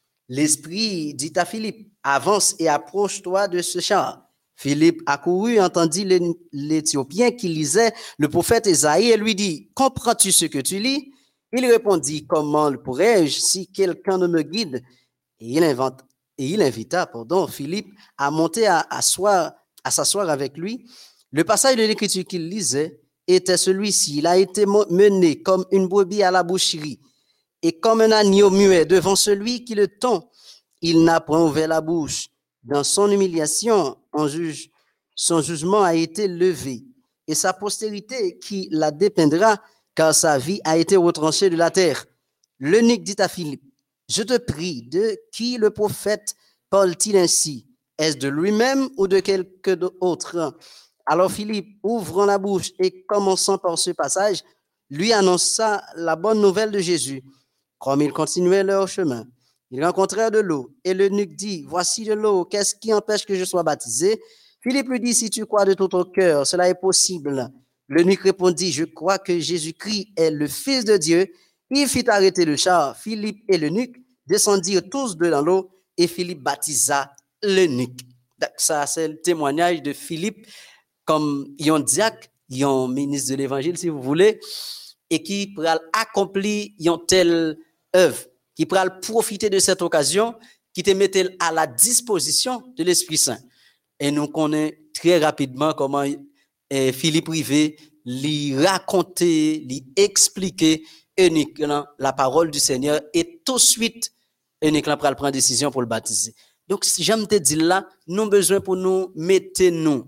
L'Esprit dit à Philippe: avance et approche-toi de ce char. Philippe accourut, entendit l'Éthiopien qui lisait le prophète Ésaïe et lui dit: comprends-tu ce que tu lis? Il répondit: comment pourrais-je si quelqu'un ne me guide? Et il, invente, et il invita pardon, Philippe à monter à, à, soir, à s'asseoir avec lui. Le passage de l'Écriture qu'il lisait était celui-ci: il a été mené comme une brebis à la boucherie, et comme un agneau muet devant celui qui le tond, il n'a point ouvert la bouche. Dans son humiliation, on juge, son jugement a été levé, et sa postérité qui la dépeindra, car sa vie a été retranchée de la terre. L'eunuque dit à Philippe: je te prie, de qui le prophète parle-t-il ainsi? Est-ce de lui-même ou de quelque d'autre? Alors Philippe, ouvrant la bouche et commençant par ce passage, lui annonça la bonne nouvelle de Jésus. Comme ils continuaient leur chemin, ils rencontrèrent de l'eau, et l'eunuque dit: voici de l'eau, qu'est-ce qui empêche que je sois baptisé? Philippe lui dit: si tu crois de tout ton cœur, cela est possible. L'eunuque répondit: je crois que Jésus-Christ est le Fils de Dieu. Il fit arrêter le char. Philippe et l'eunuque descendirent tous deux dans l'eau, et Philippe baptisa l'eunuque. Ça, c'est le témoignage de Philippe comme un diacre, un ministre de l'Évangile, si vous voulez, et qui pourra accomplir une telle œuvre, qui pourra profiter de cette occasion, qui te mette à la disposition de l'Esprit Saint. Et nous connaissons très rapidement comment eh, Philippe Rivet lui raconter, lui expliquer uniquement la parole du Seigneur, et tout de suite, uniquement pour prendre décision pour le baptiser. Donc, si j'aime te dire là, nous avons besoin pour nous mettre nous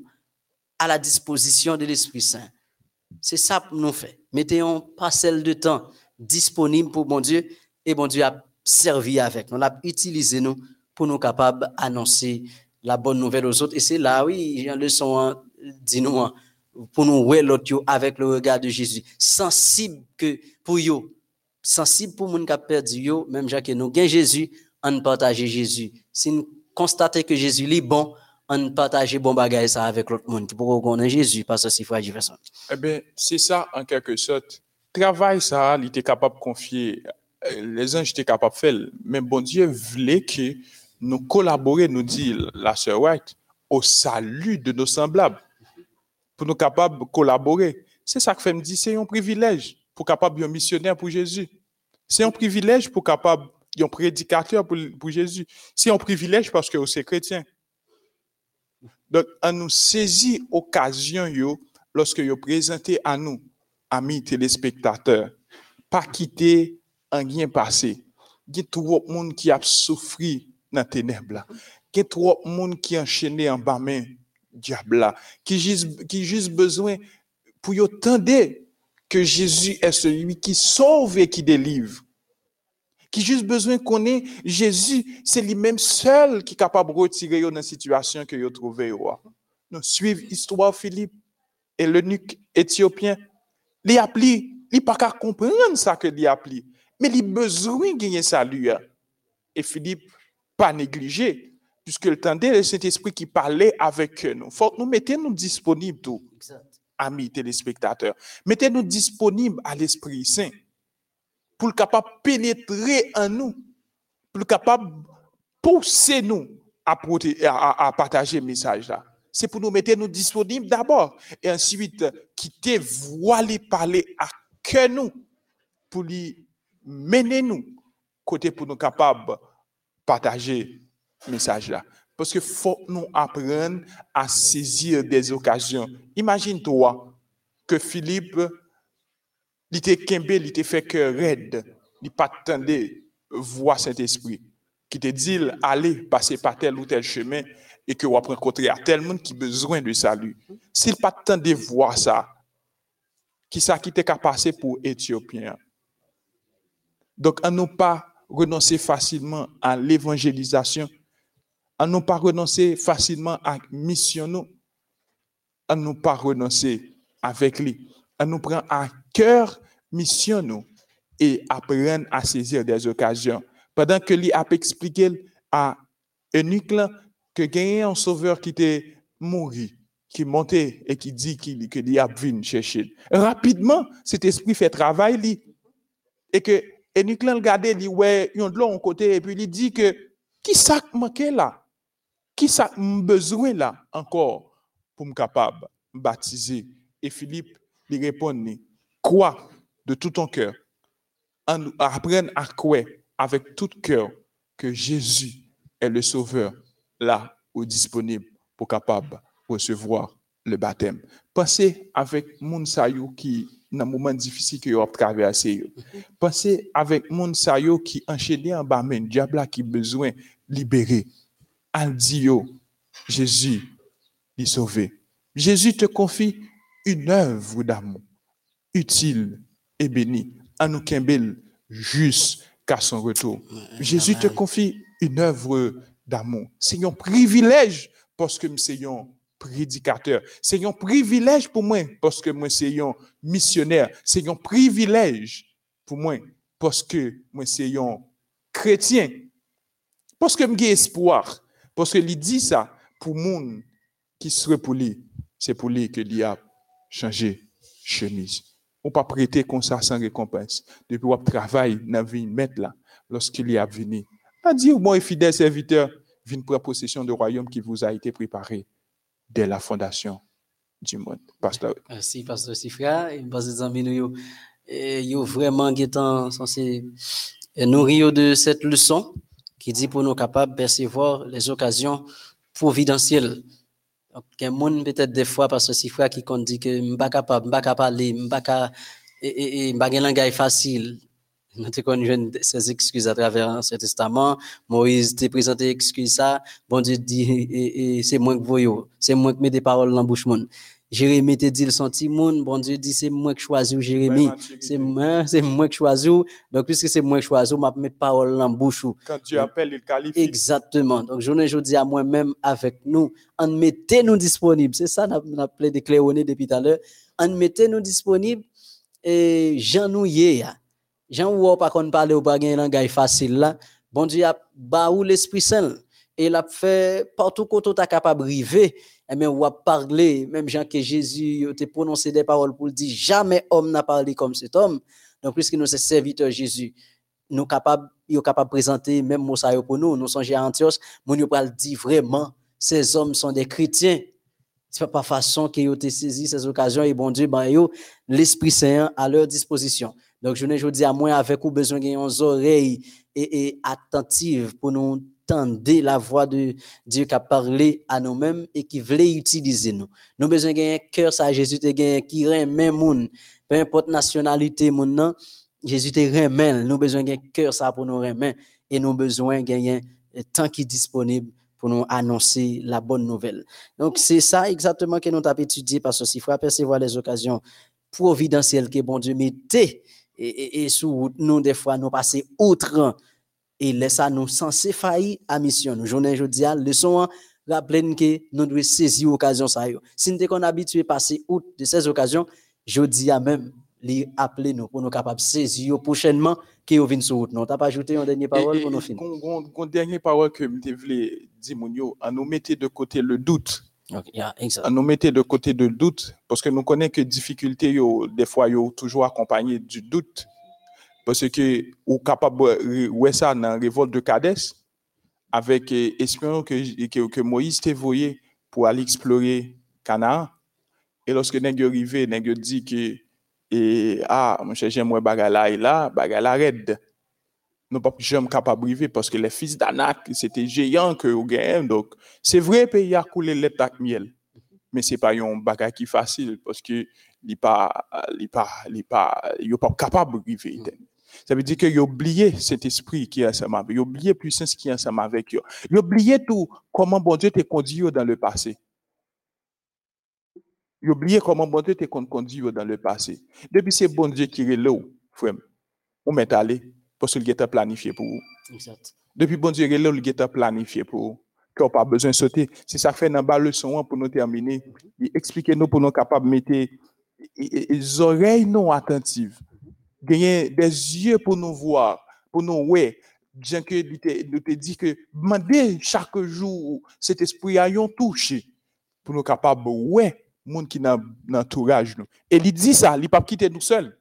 à la disposition de l'Esprit Saint. C'est ça pour nous faire. Mettez un parcelle de temps disponible pour bon Dieu, et bon Dieu a servi avec nous, l'a utilisé nous pour nous capables d'annoncer la bonne nouvelle aux autres. Et c'est là, oui, j'ai une leçon, dis-nous, pour nous voir l'autre avec le regard de Jésus, sensible que pour eux, sensible pour moun qui a perdu yo, même Jacques nous gain Jésus, on partage Jésus. Si nous constatons que Jésus est bon, on partage bon bagage ça avec l'autre monde qui pourra connaître Jésus parce que c'est frère façon. Eh bien, c'est ça en quelque sorte. Travail ça, il était capable de confier, les anges étaient capables de faire, mais bon Dieu voulait que nous collaborer, nous dit la sœur White, au salut de nos semblables, pour nous capables de collaborer. C'est ça que fait me dire, c'est un privilège pour capable de missionnaire pour Jésus. C'est un privilège pour capable de prédicateur pour, pour Jésus. C'est un privilège parce que c'est chrétien. Donc, on nous saisit occasion yo lorsque yo présenté à nous, amis téléspectateurs, pas quitter un rien passé. Il y a trop de monde qui a souffert dans les ténèbres. Il y a trop de monde qui a enchaîné en bas main diable, qui juste qui juste besoin pour yo tendre que Jésus est celui qui sauve et qui délivre. Qui juste besoin qu'on ait Jésus, c'est lui-même seul qui est capable de retirer dans la situation que vous trouvez. Nous suivons l'histoire Philippe et l'eunuque éthiopien. Il a appris, il n'a pas qu'à comprendre ça que il a appris, mais il a besoin de gagner salut. Et Philippe, pas négligé, puisque le temps le Saint-Esprit qui parlait avec nous. Il faut que nous mettions-nous disponibles, tout, amis téléspectateurs. Mettez-nous disponibles à l'Esprit Saint. pour capable pénétrer en nous, pour capable pousser nous à, proté- à, à- à partager le message là. C'est pour nous mettre nous disponibles d'abord et ensuite quitter voiler parler à cœur nous pour lui mener nous côté pour nous capables partager le message là. Parce que faut nous apprendre à saisir des occasions. Imagine-toi que Philippe, il était kembe, il était fait cœur raide, il pas attendait voir Saint-Esprit qui te dit allez passer par tel ou tel chemin et que vous après rencontrer à tel monde qui a besoin de salut. S'il pas attendait voir ça, qui ça qui était capable passer pour Éthiopien. Donc à ne pas renoncer facilement à l'évangélisation, à ne pas renoncer facilement à mission nous, à ne pas renoncer avec lui, à nous prendre à cœur mission nous et apprendre à saisir des occasions. Pendant que lui a expliqué à Eunuque que gagner un sauveur qui était mort, qui montait et qui dit qu'il que lui a venu chercher. Rapidement, cet esprit fait travail lui et que Eunuque le regardait lui ouais, il de l'autre côté et puis il dit que qui ça manquait là? Qui ça besoin là encore pour me capable baptiser? Et Philippe lui répond, crois de tout ton cœur, apprenne à croire avec tout cœur que Jésus est le sauveur là ou disponible pour capable recevoir le baptême. Pensez avec moun sayo qui dans moment difficile que vous traversé. Pensez avec moun sayo qui enchaîné en bas men diable qui besoin libérer. Al dit yo, Jésus est sauvé. Jésus te confie une œuvre d'amour utile et bénie à nous kembel jusqu'à son retour. Jésus te confie une œuvre d'amour. C'est un privilège parce que c'est un prédicateur. C'est un privilège pour moi parce que moi c'est un missionnaire. C'est un privilège pour moi parce que moi c'est un chrétien. Parce que j'ai espoir. Parce que il dit ça pour monde qui serait pour lui. C'est pour lui que lui a changé chemise. On pas prêter comme ça sans récompense. Depuis qu'on travaille dans la vie mettre là, lorsqu'il y a venu. A dit, bon et fidèle serviteur, viens prendre possession du royaume qui vous a été préparé dès la fondation du monde. Pasteur. Merci, Pasteur Sifra. Et parce que les amis, nous, yo vraiment censé nourrir de cette leçon qui dit pour nous capables de percevoir les occasions providentielles. Donc, il y a un monde peut-être des fois, parce que si frère qui dit que je ne suis pas capable, je ne suis pas capable de parler, je ne suis pas capable de langage facile. Nous avons connu ces excuses à travers l'Ancien Testament. Moïse t'a présenté excuses ça. Bon Dieu dit, c'est moi qui voyons, c'est moi qui mets des paroles dans la bouche. Jérémie te dit le sentiment, bon Dieu dit c'est moi qui choisis Jérémie, c'est moi, c'est moi qui choisis. Donc puisque c'est moi qui choisis, m'a mettre parole dans bouche. Quand Dieu appelle, il qualifie. Exactement. Donc je ne dis à moi-même avec nous, en mettez nous disponibles. C'est ça qu'on a appelé de cléoné depuis tout à l'heure. En mettez nous disponibles et Jean nous y Jean ou pas qu'on parle ou pas un langage facile là. Bon Dieu a baou l'Esprit Saint et il a fait partout quand tu es capable de arriver. Et bien, on va parler, même Jean que Jésus a prononcé des paroles pour dire jamais homme n'a parlé comme cet homme. Donc, puisque nous sommes serviteurs de Jésus, nous sommes capables de présenter même mot ça pour nous. Nous sommes à Antioche, nous ne pouvons pas dire vraiment, ces hommes sont des chrétiens. Ce n'est pas façon qu'ils ont saisi ces occasions et bon Dieu, ben, yo, l'Esprit Saint à leur disposition. Donc, je ne dis à moi avec vous besoin de nos oreilles et, et attentives pour nous tendre la voix de Dieu qui a parlé à nous-mêmes et qui voulait utiliser nous. Nous avons besoin d'un cœur, ça, Jésus te gagne, qui remet moun, peu importe nationalité, moun nan, Jésus te remet. Nous avons besoin d'un cœur, ça, pour nous remettre et nous avons besoin d'un temps qui est disponible pour nous annoncer la bonne nouvelle. Donc, c'est ça exactement que nous avons étudié parce que s'il faut apercevoir les occasions providentielles que bon Dieu mettait et, et, et sous nous, des fois, nous passer outre et laisse ça nous censé faillir à mission. Nous, journée aujourd'hui, leçon, rappelez que nous devons saisir l'occasion. Si nous sommes habitués à passer outre de ces occasions, je dis à même, les appeler nous pour nous capables de saisir prochainement qui viennent sur route. Non, tu n'as pas ajouté une dernière parole pour nous finir. Une dernière parole que je voulais dire, à nous mettre de côté le doute. Okay, yeah, exactly. À nous mettre de côté le doute, parce que nous connaissons que difficultés, yo, des fois, yo, toujours accompagnées du doute. Parce que ou capable ouais ça dans révolte de Kadès avec eh, espion que, que que Moïse t'a envoyé pour aller explorer Canaan. Et lorsque nèg yo arrivé, nèg yo dit que et ah mon cher j'aime bagay là et là, bagay là raide. Nous pas jamais capable arriver parce que les fils d'Anak, c'était géant que au gagne. Donc c'est vrai pays a coulé lait avec miel. Mais c'est pas un bagay qui facile parce que il pas il pas il pas il pas capable d'arriver. Ça veut dire que vous oublié cet esprit qui est ensemble avec vous, oublié puissance qui est ensemble avec vous. Vous oublié tout comment bon Dieu t'a conduit dans le passé. Vous oublié comment bon Dieu t'a conduit dans le passé. Depuis c'est bon Dieu qui est là, frère. On met aller parce qu'il est planifié pour vous. Exact. Depuis bon Dieu est là, il est planifié pour vous. Qu'on pas besoin de sauter. C'est ça fait dans bas leçon pour nous terminer. Expliquez-nous pour nous capables de mettre les oreilles non attentives. Gagner des yeux pour nous voir, pour nous ouais, bien que nous te dit que demander chaque jour cet esprit a yon touché pour nous capables ouais, monde qui dans l'entourage nous. Et il dit ça, il pas quitter nous seuls.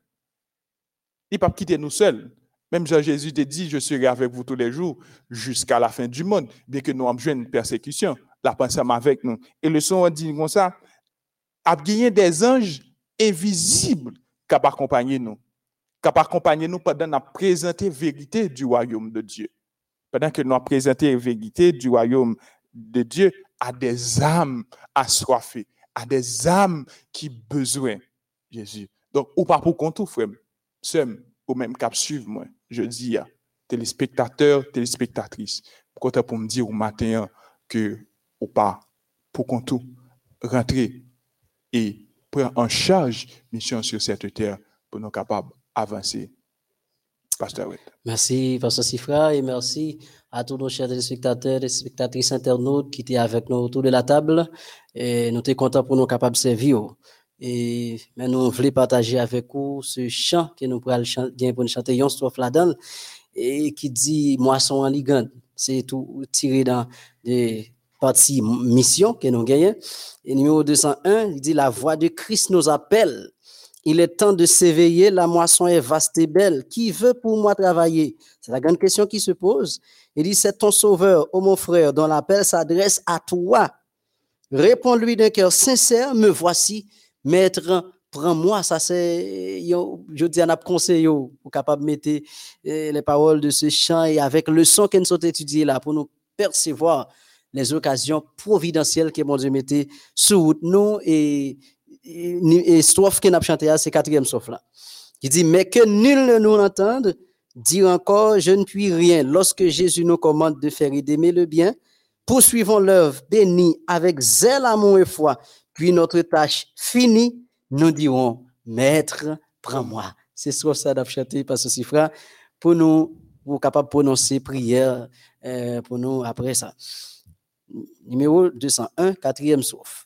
Il pas quitter nous seuls. Même Jean Jésus te dit je serai avec vous tous les jours jusqu'à la fin du monde, bien que nous avons une persécution, la pensée avec nous. Et le son dit comme ça, a gagné des anges invisibles qui accompagner nous. Capable accompagner nous pendant la présenter vérité du royaume de Dieu. Pendant que nous présenter vérité du royaume de Dieu à des âmes assoiffées, à des âmes qui besoin Jésus. Donc ou pas pour compte tout frère, seul ou même cap suivre moi, je dis à téléspectateurs, téléspectatrices, content pour me dire au matin que ou pas pour compte tout rentrer et prendre en charge mission sur cette terre pour nous capables avancer. Pasteur Wet. Merci, Pasteur Sifra, et merci à tous nos chers téléspectateurs et spectatrices internautes qui étaient avec nous autour de la table. Et nous sommes contents pour nous capables de servir. Et mais nous voulons partager avec vous ce chant que nous pourrons chanter pour nous chanter une strophe là-dedans et qui dit moisson en ligande. C'est tout tiré dans des parties mission que nous gagnons. Et numéro deux cent un, il dit la voix de Christ nous appelle. Il est temps de s'éveiller, la moisson est vaste et belle. Qui veut pour moi travailler? C'est la grande question qui se pose. Il dit, c'est ton sauveur, ô mon frère, dont l'appel s'adresse à toi. Réponds-lui d'un cœur sincère, me voici, maître, prends-moi. Ça, c'est, je dis, on a conseillé pour capable de mettre les paroles de ce chant et avec le son que nous sommes étudiés là, pour nous percevoir les occasions providentielles que mon Dieu mettait sur nous et et strophe qu'on a chanté, c'est quatrième strophe là. Il dit, mais que nul ne nous entende dire encore, je ne puis rien. Lorsque Jésus nous commande de faire et d'aimer le bien, poursuivons l'œuvre bénie avec zèle, amour et foi. Puis notre tâche finie, nous dirons, Maître, prends-moi. C'est ce que ça a chanté par ce Sifra pour nous, pour capable de prononcer prière euh, pour nous après ça. Numéro deux cent un, quatrième strophe.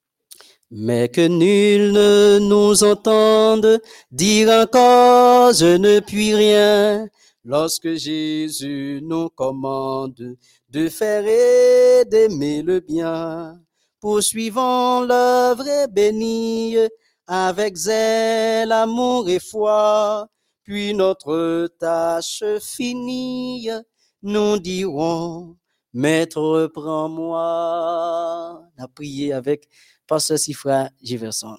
Mais que nul ne nous entende dire encore, je ne puis rien, lorsque Jésus nous commande de faire et d'aimer le bien. Poursuivons l'œuvre bénie avec zèle, amour et foi, puis notre tâche finie, nous dirons, Maître, prends-moi. On a prié avec Pasteur Sifra Giverson.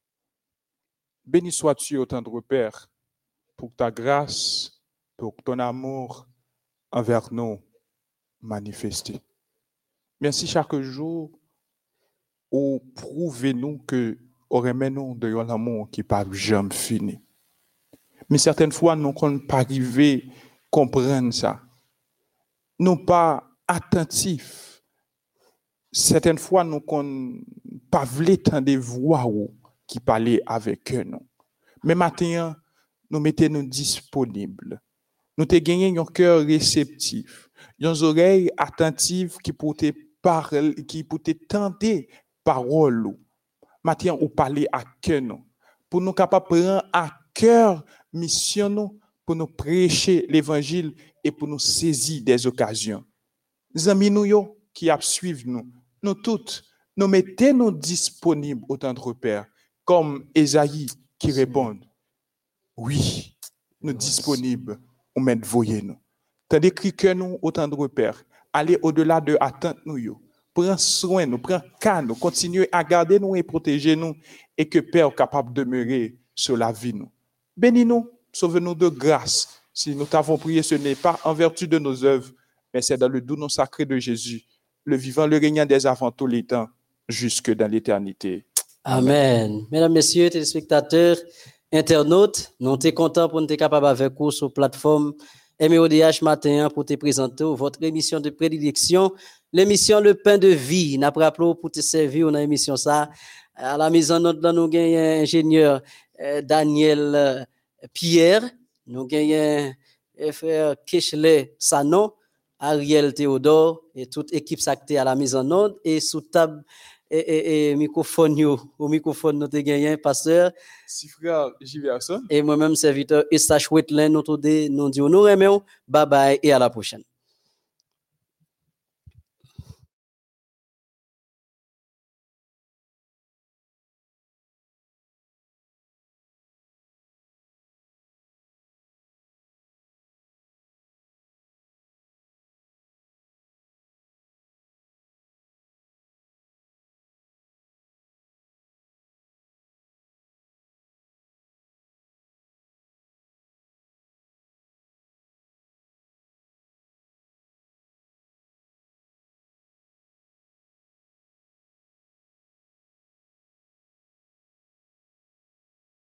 Béni sois-tu, ô tendre Père, pour ta grâce, pour ton amour envers nous manifesté. Merci chaque jour où prouvez-nous que aurait-nous de l'amour qui pas jamais fini. Mais certaines fois, nous ne pas arriver à comprendre ça. Nous pas attentifs. Certaines fois, nous ne pas voulu tant de voix qui parlaient avec nous. Mais maintenant, nous mettons-nous disponibles. Nous te gagné un cœur réceptif, des oreilles attentives qui pour te parler, qui pour te tenter parole. Maintenant, ou parler à cœur nous, pour nous capables prendre à cœur mission nous, pour nous prêcher l'évangile et pour nous saisir des occasions. Les amis nous yo qui suivent nous, nous toutes, nous mettons-nous disponibles au tendre Père, comme Ésaïe qui répond, oui. nous disponibles ou mettre voyer nous. Tandis que nous, autant de repères, aller au-delà de attente nous, yo. Prends soin nous, prends cas nous, continuez à garder nous et protéger nous, et que Père capable de demeurer sur la vie nous. Bénis-nous, sauve-nous de grâce. Si nous t'avons prié, ce n'est pas en vertu de nos œuvres, mais c'est dans le doux nom sacré de Jésus, le vivant, le régnant des avant tous les temps, jusque dans l'éternité. Amen. Amen. Mesdames, Messieurs, téléspectateurs, internautes, nous sommes contents pour nous être capables avec vous sur la plateforme M O D H matin pour te présenter votre émission de prédilection, l'émission Le Pain de Vie. Nous avons rappelé pour te servir dans l'émission ça. À la maison, nous avons un ingénieur euh, Daniel euh, Pierre, nous avons un frère Keshley Sanon, Ariel Théodore et toute équipe sactée à la maison nord et sous table et, et, et microphone yo, au microphone nous avons gagné pasteur Si frère Giverson et moi-même serviteur Eustache Wetland nous nous dit nous remercions, bye bye et à la prochaine.